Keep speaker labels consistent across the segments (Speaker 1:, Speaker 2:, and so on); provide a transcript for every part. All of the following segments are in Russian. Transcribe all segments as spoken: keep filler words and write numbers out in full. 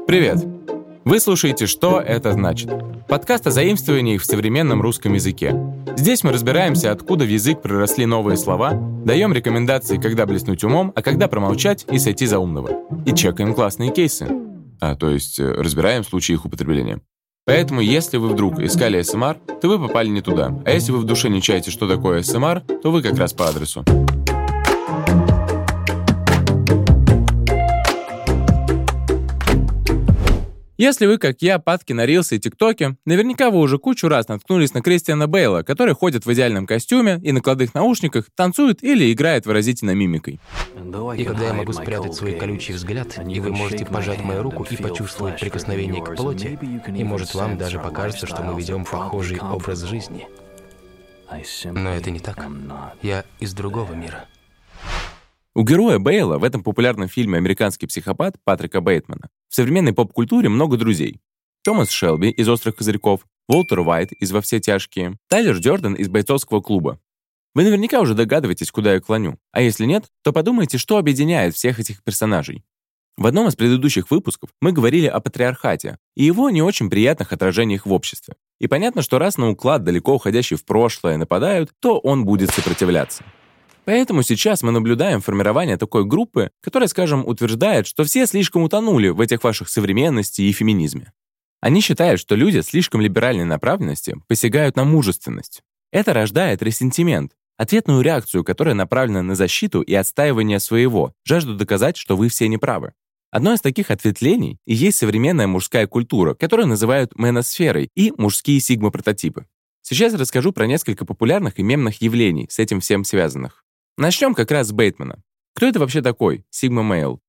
Speaker 1: Привет! Вы слушаете «Что это значит?» Подкаст о заимствованиях в современном русском языке. Здесь мы разбираемся, откуда в язык проросли новые слова, даем рекомендации, когда блеснуть умом, а когда промолчать и сойти за умного. И чекаем классные кейсы. А, то есть разбираем случаи их употребления. Поэтому, если вы вдруг искали эс эм ар, то вы попали не туда. А если вы в душе не чаете, что такое эс эм ар, то вы как раз по адресу. Если вы, как я, падки на рилсы и тиктоке, наверняка вы уже кучу раз наткнулись на Кристиана Бейла, который ходит в идеальном костюме и накладных наушниках, танцует или играет выразительно мимикой.
Speaker 2: И когда я могу спрятать свой колючий взгляд, и вы можете пожать мою руку и почувствовать прикосновение к плоти, и может вам даже покажется, что мы ведем похожий образ жизни. Но это не так. Я из другого мира.
Speaker 1: У героя Бейла в этом популярном фильме «Американский психопат» Патрика Бейтмана в современной поп-культуре много друзей. Томас Шелби из «Острых козырьков», Уолтер Уайт из «Во все тяжкие», Тайлер Дёрден из «Бойцовского клуба». Вы наверняка уже догадываетесь, куда я клоню. А если нет, то подумайте, что объединяет всех этих персонажей. В одном из предыдущих выпусков мы говорили о патриархате и его не очень приятных отражениях в обществе. И понятно, что раз на уклад, далеко уходящий в прошлое, нападают, то он будет сопротивляться. Поэтому сейчас мы наблюдаем формирование такой группы, которая, скажем, утверждает, что все слишком утонули в этих ваших современности и феминизме. Они считают, что люди слишком либеральной направленности посягают на мужественность. Это рождает ресентимент, ответную реакцию, которая направлена на защиту и отстаивание своего, жажду доказать, что вы все неправы. Одно из таких ответвлений и есть современная мужская культура, которую называют мэносферой, и мужские сигма-прототипы. Сейчас я расскажу про несколько популярных и мемных явлений, с этим всем связанных. Начнем как раз с Бейтмана. Кто это вообще такой, сигма-мейл?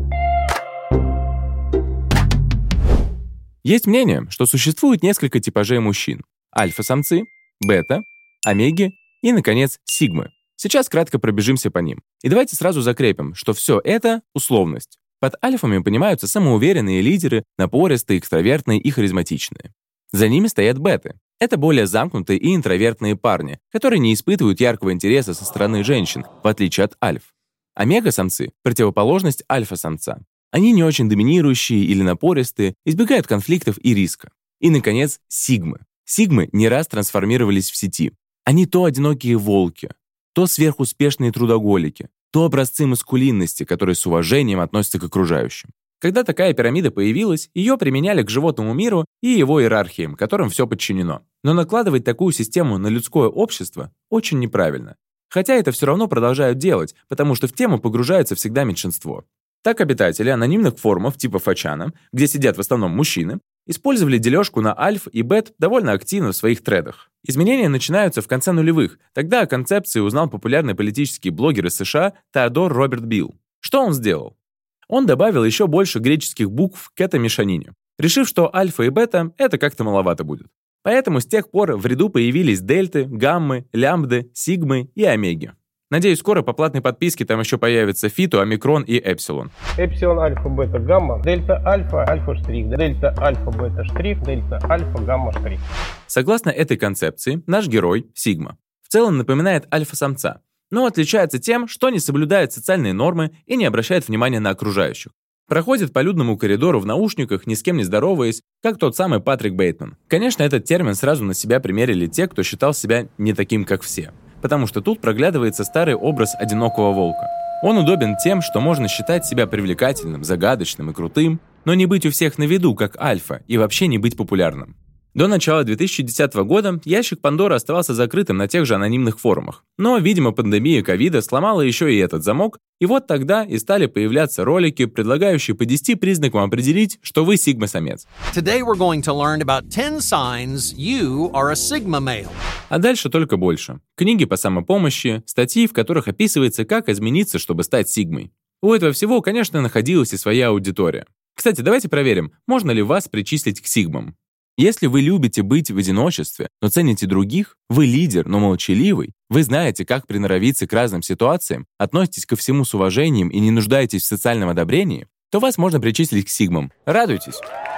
Speaker 1: Есть мнение, что существует несколько типажей мужчин. Альфа-самцы, бета, омеги и, наконец, сигмы. Сейчас кратко пробежимся по ним. И давайте сразу закрепим, что все это — условность. Под альфами понимаются самоуверенные лидеры, напористые, экстравертные и харизматичные. За ними стоят беты. Это более замкнутые и интровертные парни, которые не испытывают яркого интереса со стороны женщин, в отличие от альф. Омега-самцы — противоположность альфа-самца. Они не очень доминирующие или напористые, избегают конфликтов и риска. И, наконец, сигмы. Сигмы не раз трансформировались в сети. Они то одинокие волки, то сверхуспешные трудоголики, то образцы маскулинности, которые с уважением относятся к окружающим. Когда такая пирамида появилась, ее применяли к животному миру и его иерархиям, которым все подчинено. Но накладывать такую систему на людское общество очень неправильно. Хотя это все равно продолжают делать, потому что в тему погружается всегда меньшинство. Так обитатели анонимных форумов типа фор чан, где сидят в основном мужчины, использовали дележку на альф и бет довольно активно в своих тредах. Изменения начинаются в конце нулевых. Тогда о концепции узнал популярный политический блогер из США Теодор Роберт Билл. Что он сделал? Он добавил еще больше греческих букв к этой мешанине, решив, что альфа и бета — это как-то маловато будет. Поэтому с тех пор в ряду появились дельты, гаммы, лямбды, сигмы и омеги. Надеюсь, скоро по платной подписке там еще появятся фиту, омикрон и эпсилон.
Speaker 3: Эпсилон, альфа, бета, гамма, дельта, альфа, альфа, штрих, дельта, альфа, бета, штрих, дельта, альфа, гамма, штрих.
Speaker 1: Согласно этой концепции, наш герой, сигма, в целом напоминает альфа-самца, но отличается тем, что не соблюдает социальные нормы и не обращает внимания на окружающих. Проходит по людному коридору в наушниках, ни с кем не здороваясь, как тот самый Патрик Бейтман. Конечно, этот термин сразу на себя примерили те, кто считал себя не таким, как все. Потому что тут проглядывается старый образ одинокого волка. Он удобен тем, что можно считать себя привлекательным, загадочным и крутым, но не быть у всех на виду, как альфа, и вообще не быть популярным. До начала две тысячи десятого года ящик Пандоры оставался закрытым на тех же анонимных форумах. Но, видимо, пандемия ковида сломала еще и этот замок, и вот тогда и стали появляться ролики, предлагающие по десяти признакам определить, что вы сигма-самец.
Speaker 4: Today we're going to learn about ten signs you are a sigma male.
Speaker 1: А дальше только больше. Книги по самопомощи, статьи, в которых описывается, как измениться, чтобы стать сигмой. У этого всего, конечно, находилась и своя аудитория. Кстати, давайте проверим, можно ли вас причислить к сигмам. Если вы любите быть в одиночестве, но цените других, вы лидер, но молчаливый, вы знаете, как приноровиться к разным ситуациям, относитесь ко всему с уважением и не нуждаетесь в социальном одобрении, то вас можно причислить к сигмам. Радуйтесь.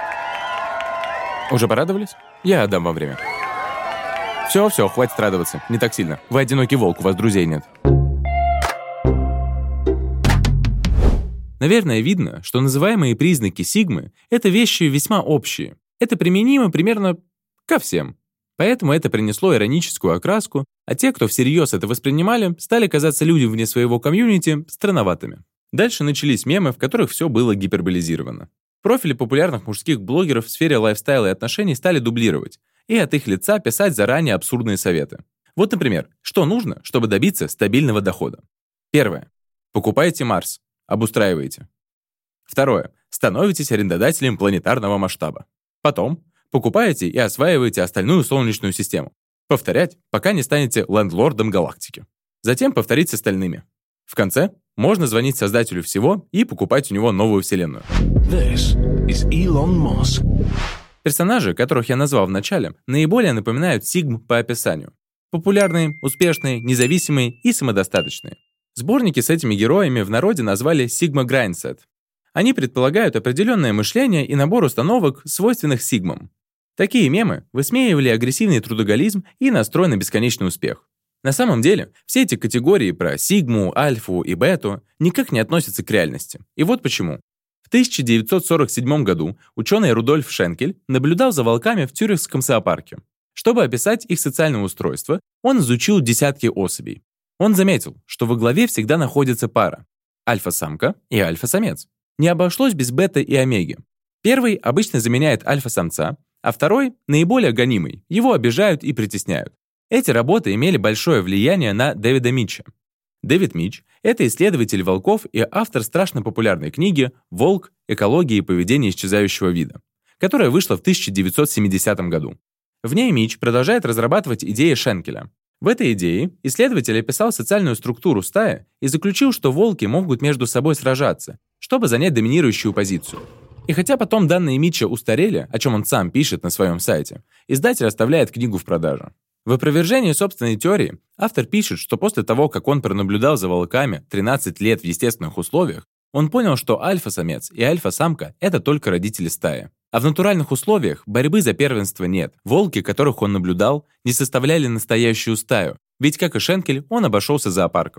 Speaker 1: Уже порадовались? Я отдам вам время. Все-все, хватит радоваться. Не так сильно. Вы одинокий волк, у вас друзей нет. Наверное, видно, что называемые признаки сигмы — это вещи весьма общие. Это применимо примерно ко всем. Поэтому это принесло ироническую окраску, а те, кто всерьез это воспринимали, стали казаться людям вне своего комьюнити странноватыми. Дальше начались мемы, в которых все было гиперболизировано. Профили популярных мужских блогеров в сфере лайфстайла и отношений стали дублировать, и от их лица писать заранее абсурдные советы. Вот, например, что нужно, чтобы добиться стабильного дохода? Первое. Покупайте Марс. Обустраиваете. Второе. Становитесь арендодателем планетарного масштаба. Потом покупаете и осваиваете остальную Солнечную систему. Повторять, пока не станете лендлордом галактики. Затем повторить с остальными. В конце можно звонить создателю всего и покупать у него новую вселенную.
Speaker 5: This is Elon Musk.
Speaker 1: Персонажи, которых я назвал в начале, наиболее напоминают сигм по описанию. Популярные, успешные, независимые и самодостаточные. Сборники с этими героями в народе назвали Sigma Grindset. Они предполагают определенное мышление и набор установок, свойственных сигмам. Такие мемы высмеивали агрессивный трудоголизм и настрой на бесконечный успех. На самом деле, все эти категории про сигму, альфу и бету никак не относятся к реальности. И вот почему. В тысяча девятьсот сорок седьмом году ученый Рудольф Шенкель наблюдал за волками в Цюрихском зоопарке. Чтобы описать их социальное устройство, он изучил десятки особей. Он заметил, что во главе всегда находится пара – альфа-самка и альфа-самец. Не обошлось без бета и омеги. Первый обычно заменяет альфа-самца, а второй – наиболее гонимый, его обижают и притесняют. Эти работы имели большое влияние на Дэвида Митча. Дэвид Митч – это исследователь волков и автор страшно популярной книги «Волк. Экология и поведение исчезающего вида», которая вышла в тысяча девятьсот семидесятом году. В ней Митч продолжает разрабатывать идеи Шенкеля. В этой идее исследователь описал социальную структуру стаи и заключил, что волки могут между собой сражаться, чтобы занять доминирующую позицию. И хотя потом данные Митча устарели, о чем он сам пишет на своем сайте, издатель оставляет книгу в продаже. В опровержении собственной теории автор пишет, что после того, как он пронаблюдал за волками тринадцать лет в естественных условиях, он понял, что альфа-самец и альфа-самка — это только родители стаи. А в натуральных условиях борьбы за первенство нет. Волки, которых он наблюдал, не составляли настоящую стаю, ведь, как и Шенкель, он обошелся зоопарком.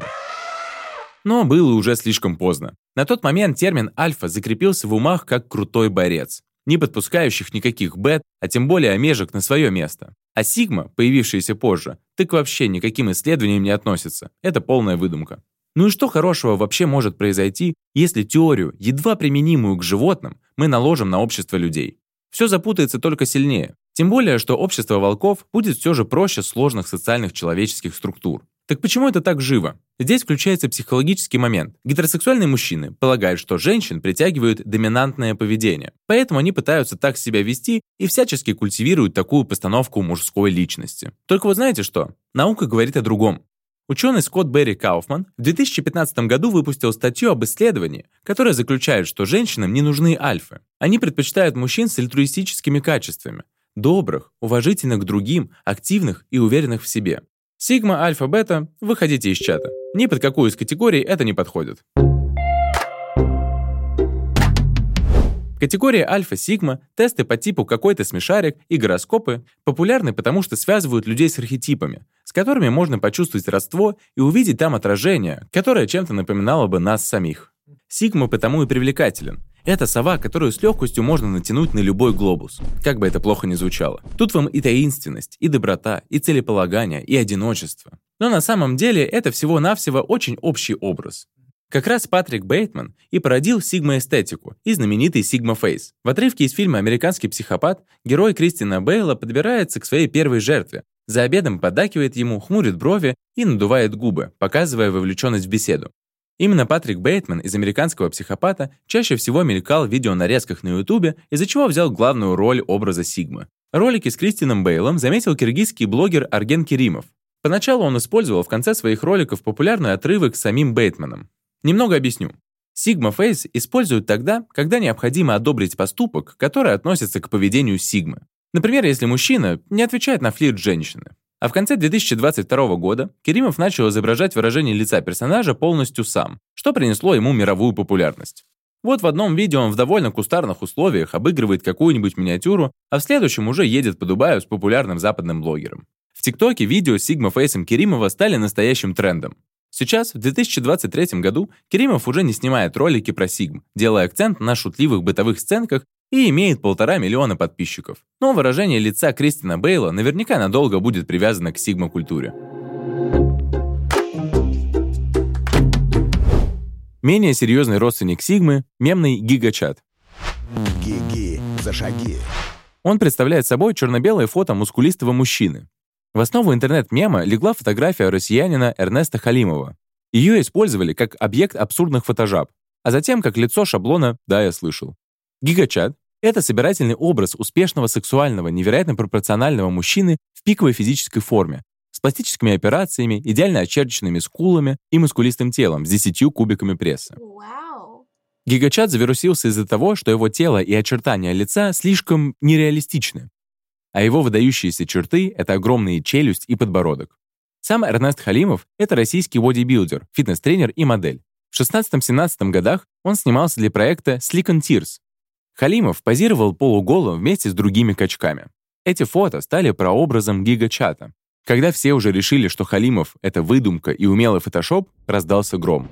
Speaker 1: Но было уже слишком поздно. На тот момент термин «альфа» закрепился в умах как крутой борец, не подпускающих никаких бет, а тем более омежек на свое место. А сигма, появившаяся позже, так вообще никаким исследованиям не относится. Это полная выдумка. Ну и что хорошего вообще может произойти, если теорию, едва применимую к животным, мы наложим на общество людей? Все запутается только сильнее. Тем более, что общество волков будет все же проще сложных социальных человеческих структур. Так почему это так живо? Здесь включается психологический момент. Гетеросексуальные мужчины полагают, что женщин притягивают доминантное поведение, поэтому они пытаются так себя вести и всячески культивируют такую постановку мужской личности. Только вот знаете что? Наука говорит о другом. Ученый Скотт Берри Кауфман в две тысячи пятнадцатом году выпустил статью об исследовании, которая заключает, что женщинам не нужны альфы. Они предпочитают мужчин с альтруистическими качествами. Добрых, уважительных к другим, активных и уверенных в себе. Сигма, альфа, бета, выходите из чата. Ни под какую из категорий это не подходит. Категория альфа-сигма, тесты по типу «какой-то смешарик» и гороскопы популярны, потому что связывают людей с архетипами, с которыми можно почувствовать родство и увидеть там отражение, которое чем-то напоминало бы нас самих. Сигма потому и привлекателен. Это сова, которую с легкостью можно натянуть на любой глобус, как бы это плохо ни звучало. Тут вам и таинственность, и доброта, и целеполагание, и одиночество. Но на самом деле это всего-навсего очень общий образ. Как раз Патрик Бейтман и породил сигма-эстетику и знаменитый сигма-фейс. В отрывке из фильма «Американский психопат» герой Кристиана Бейла подбирается к своей первой жертве, за обедом поддакивает ему, хмурит брови и надувает губы, показывая вовлеченность в беседу. Именно Патрик Бейтман из «Американского психопата» чаще всего мелькал в видеонарезках на Ютубе, из-за чего взял главную роль образа Сигмы. Ролики с Кристианом Бейлом заметил киргизский блогер Арген Керимов. Поначалу он использовал в конце своих роликов популярный отрывок с самим Бейтманом. Немного объясню. Сигма-фейс используют тогда, когда необходимо одобрить поступок, который относится к поведению Сигмы. Например, если мужчина не отвечает на флирт женщины. А в конце две тысячи двадцать второго года Керимов начал изображать выражение лица персонажа полностью сам, что принесло ему мировую популярность. Вот в одном видео он в довольно кустарных условиях обыгрывает какую-нибудь миниатюру, а в следующем уже едет по Дубаю с популярным западным блогером. В ТикТоке видео с Сигма-фейсом Керимова стали настоящим трендом. Сейчас, в две тысячи двадцать третьем году, Керимов уже не снимает ролики про сигм, делая акцент на шутливых бытовых сценках и имеет полтора миллиона подписчиков. Но выражение лица Кристина Бейла наверняка надолго будет привязано к сигма-культуре. Менее серьезный родственник сигмы — мемный гигачат.
Speaker 6: Гиги, зашаги.
Speaker 1: Он представляет собой черно-белое фото мускулистого мужчины. В основу интернет-мема легла фотография россиянина Эрнеста Халимова. Ее использовали как объект абсурдных фотожаб, а затем как лицо шаблона «Да, я слышал». Гигачат — это собирательный образ успешного сексуального, невероятно пропорционального мужчины в пиковой физической форме, с пластическими операциями, идеально очерченными скулами и мускулистым телом с десятью кубиками пресса.
Speaker 7: Вау.
Speaker 1: Гигачат завирусился из-за того, что его тело и очертания лица слишком нереалистичны, а его выдающиеся черты — это огромные челюсть и подбородок. Сам Эрнест Халимов — это российский бодибилдер, фитнес-тренер и модель. В шестнадцатом-семнадцатом годах он снимался для проекта Slick and Tears. Халимов позировал полуголым вместе с другими качками. Эти фото стали прообразом гигачата. Когда все уже решили, что Халимов — это выдумка и умелый фотошоп, раздался гром.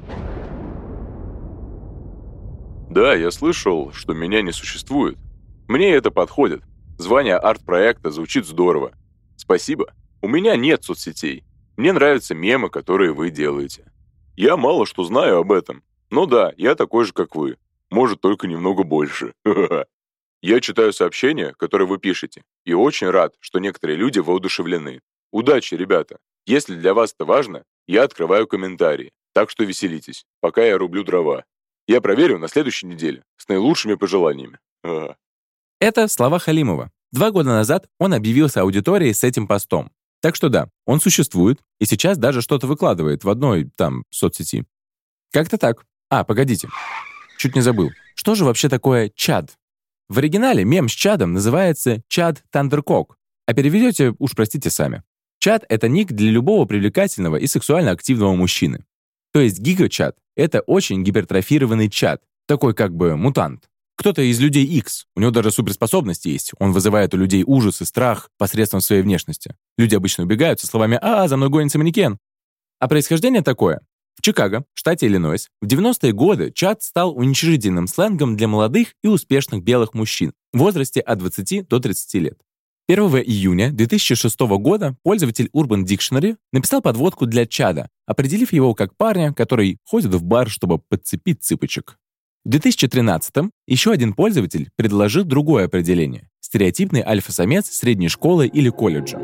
Speaker 8: Да, я слышал, что меня не существует. Мне это подходит. Звание арт-проекта звучит здорово. Спасибо. У меня нет соцсетей. Мне нравятся мемы, которые вы делаете. Я мало что знаю об этом. Но да, я такой же, как вы. Может, только немного больше. Я читаю сообщения, которые вы пишете, и очень рад, что некоторые люди воодушевлены. Удачи, ребята. Если для вас это важно, я открываю комментарии. Так что веселитесь, пока я рублю дрова. Я проверю на следующей неделе с наилучшими пожеланиями. Ага.
Speaker 1: Это слова Халимова. Два года назад он объявился аудиторией с этим постом. Так что да, он существует, и сейчас даже что-то выкладывает в одной, там, соцсети. Как-то так. А, погодите. Чуть не забыл. Что же вообще такое чад? В оригинале мем с чадом называется Чад Тандеркок, а переведете, уж простите сами. Чад — это ник для любого привлекательного и сексуально активного мужчины. То есть гигачат — это очень гипертрофированный чад, такой как бы мутант. Кто-то из людей X, у него даже суперспособности есть, он вызывает у людей ужас и страх посредством своей внешности. Люди обычно убегают со словами «А, за мной гонится манекен». А происхождение такое. В Чикаго, штате Иллинойс, в девяностые годы чад стал уничижительным сленгом для молодых и успешных белых мужчин в возрасте от двадцати до тридцати лет. первого июня две тысячи шестого года пользователь Urban Dictionary написал подводку для чада, определив его как парня, который ходит в бар, чтобы подцепить цыпочек. В две тысячи тринадцатом еще один пользователь предложил другое определение – стереотипный альфа-самец средней школы или колледжа.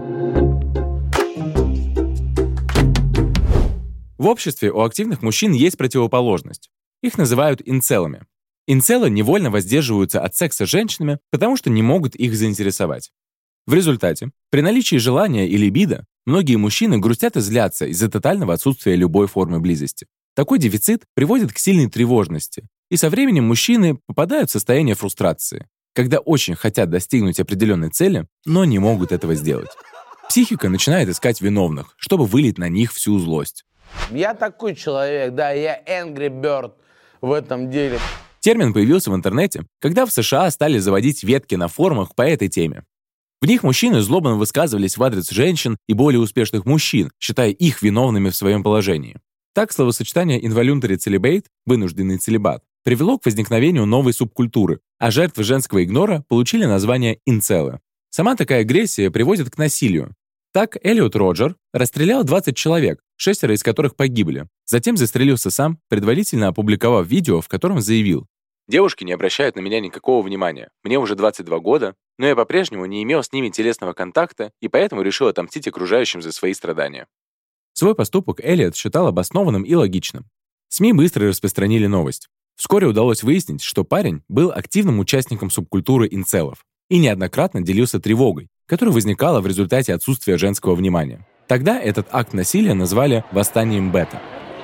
Speaker 1: В обществе у активных мужчин есть противоположность. Их называют инцелами. Инцелы невольно воздерживаются от секса с женщинами, потому что не могут их заинтересовать. В результате, при наличии желания и либидо, многие мужчины грустят и злятся из-за тотального отсутствия любой формы близости. Такой дефицит приводит к сильной тревожности, и со временем мужчины попадают в состояние фрустрации, когда очень хотят достигнуть определенной цели, но не могут этого сделать. Психика начинает искать виновных, чтобы вылить на них всю злость.
Speaker 9: Я такой человек, да, я Angry Bird в этом деле.
Speaker 1: Термин появился в интернете, когда в США стали заводить ветки на форумах по этой теме. В них мужчины злобно высказывались в адрес женщин и более успешных мужчин, считая их виновными в своем положении. Так словосочетание involuntary celibate, вынужденный целибат, привело к возникновению новой субкультуры, а жертвы женского игнора получили название инцелы. Сама такая агрессия приводит к насилию. Так Эллиот Роджер расстрелял двадцать человек, шестеро из которых погибли. Затем застрелился сам, предварительно опубликовав видео, в котором заявил: «Девушки не обращают на меня никакого внимания. Мне уже двадцать два года, но я по-прежнему не имел с ними телесного контакта и поэтому решил отомстить окружающим за свои страдания». Свой поступок Эллиот считал обоснованным и логичным. СМИ быстро распространили новость. Вскоре удалось выяснить, что парень был активным участником субкультуры инцелов и неоднократно делился тревогой, которая возникала в результате отсутствия женского внимания. Тогда этот акт насилия назвали «восстанием бета».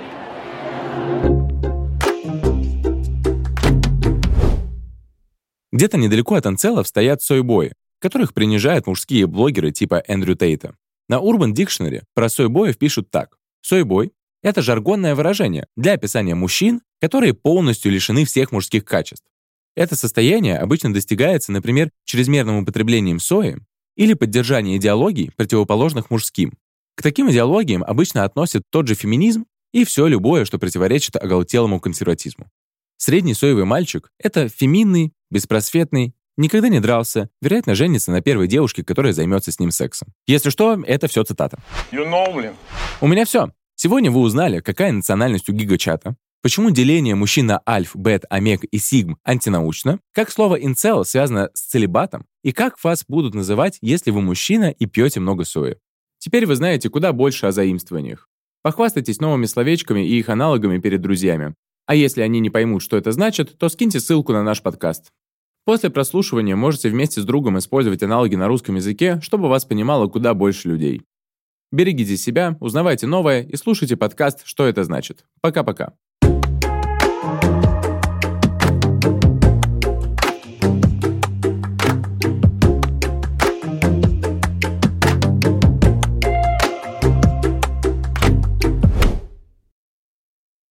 Speaker 1: Где-то недалеко от инцелов стоят сойбои, которых принижают мужские блогеры типа Эндрю Тейта. На Urban Dictionary про сойбоев пишут так. Сойбой — это жаргонное выражение для описания мужчин, которые полностью лишены всех мужских качеств. Это состояние обычно достигается, например, чрезмерным употреблением сои или поддержанием идеологий, противоположных мужским. К таким идеологиям обычно относят тот же феминизм и все любое, что противоречит оголтелому консерватизму. Средний соевый мальчик — это феминный, беспросветный, никогда не дрался, вероятно, женится на первой девушке, которая займется с ним сексом. Если что, это все цитата.
Speaker 3: You know, блин.
Speaker 1: У меня все. Сегодня вы узнали, какая национальность у гигачата, почему деление мужчин на альф, бет, омег и сигм антинаучно, как слово инцел связано с целибатом и как вас будут называть, если вы мужчина и пьете много сои. Теперь вы знаете куда больше о заимствованиях. Похвастайтесь новыми словечками и их аналогами перед друзьями. А если они не поймут, что это значит, то скиньте ссылку на наш подкаст. После прослушивания можете вместе с другом использовать аналоги на русском языке, чтобы вас понимало куда больше людей. Берегите себя, узнавайте новое и слушайте подкаст «Что это значит». Пока-пока.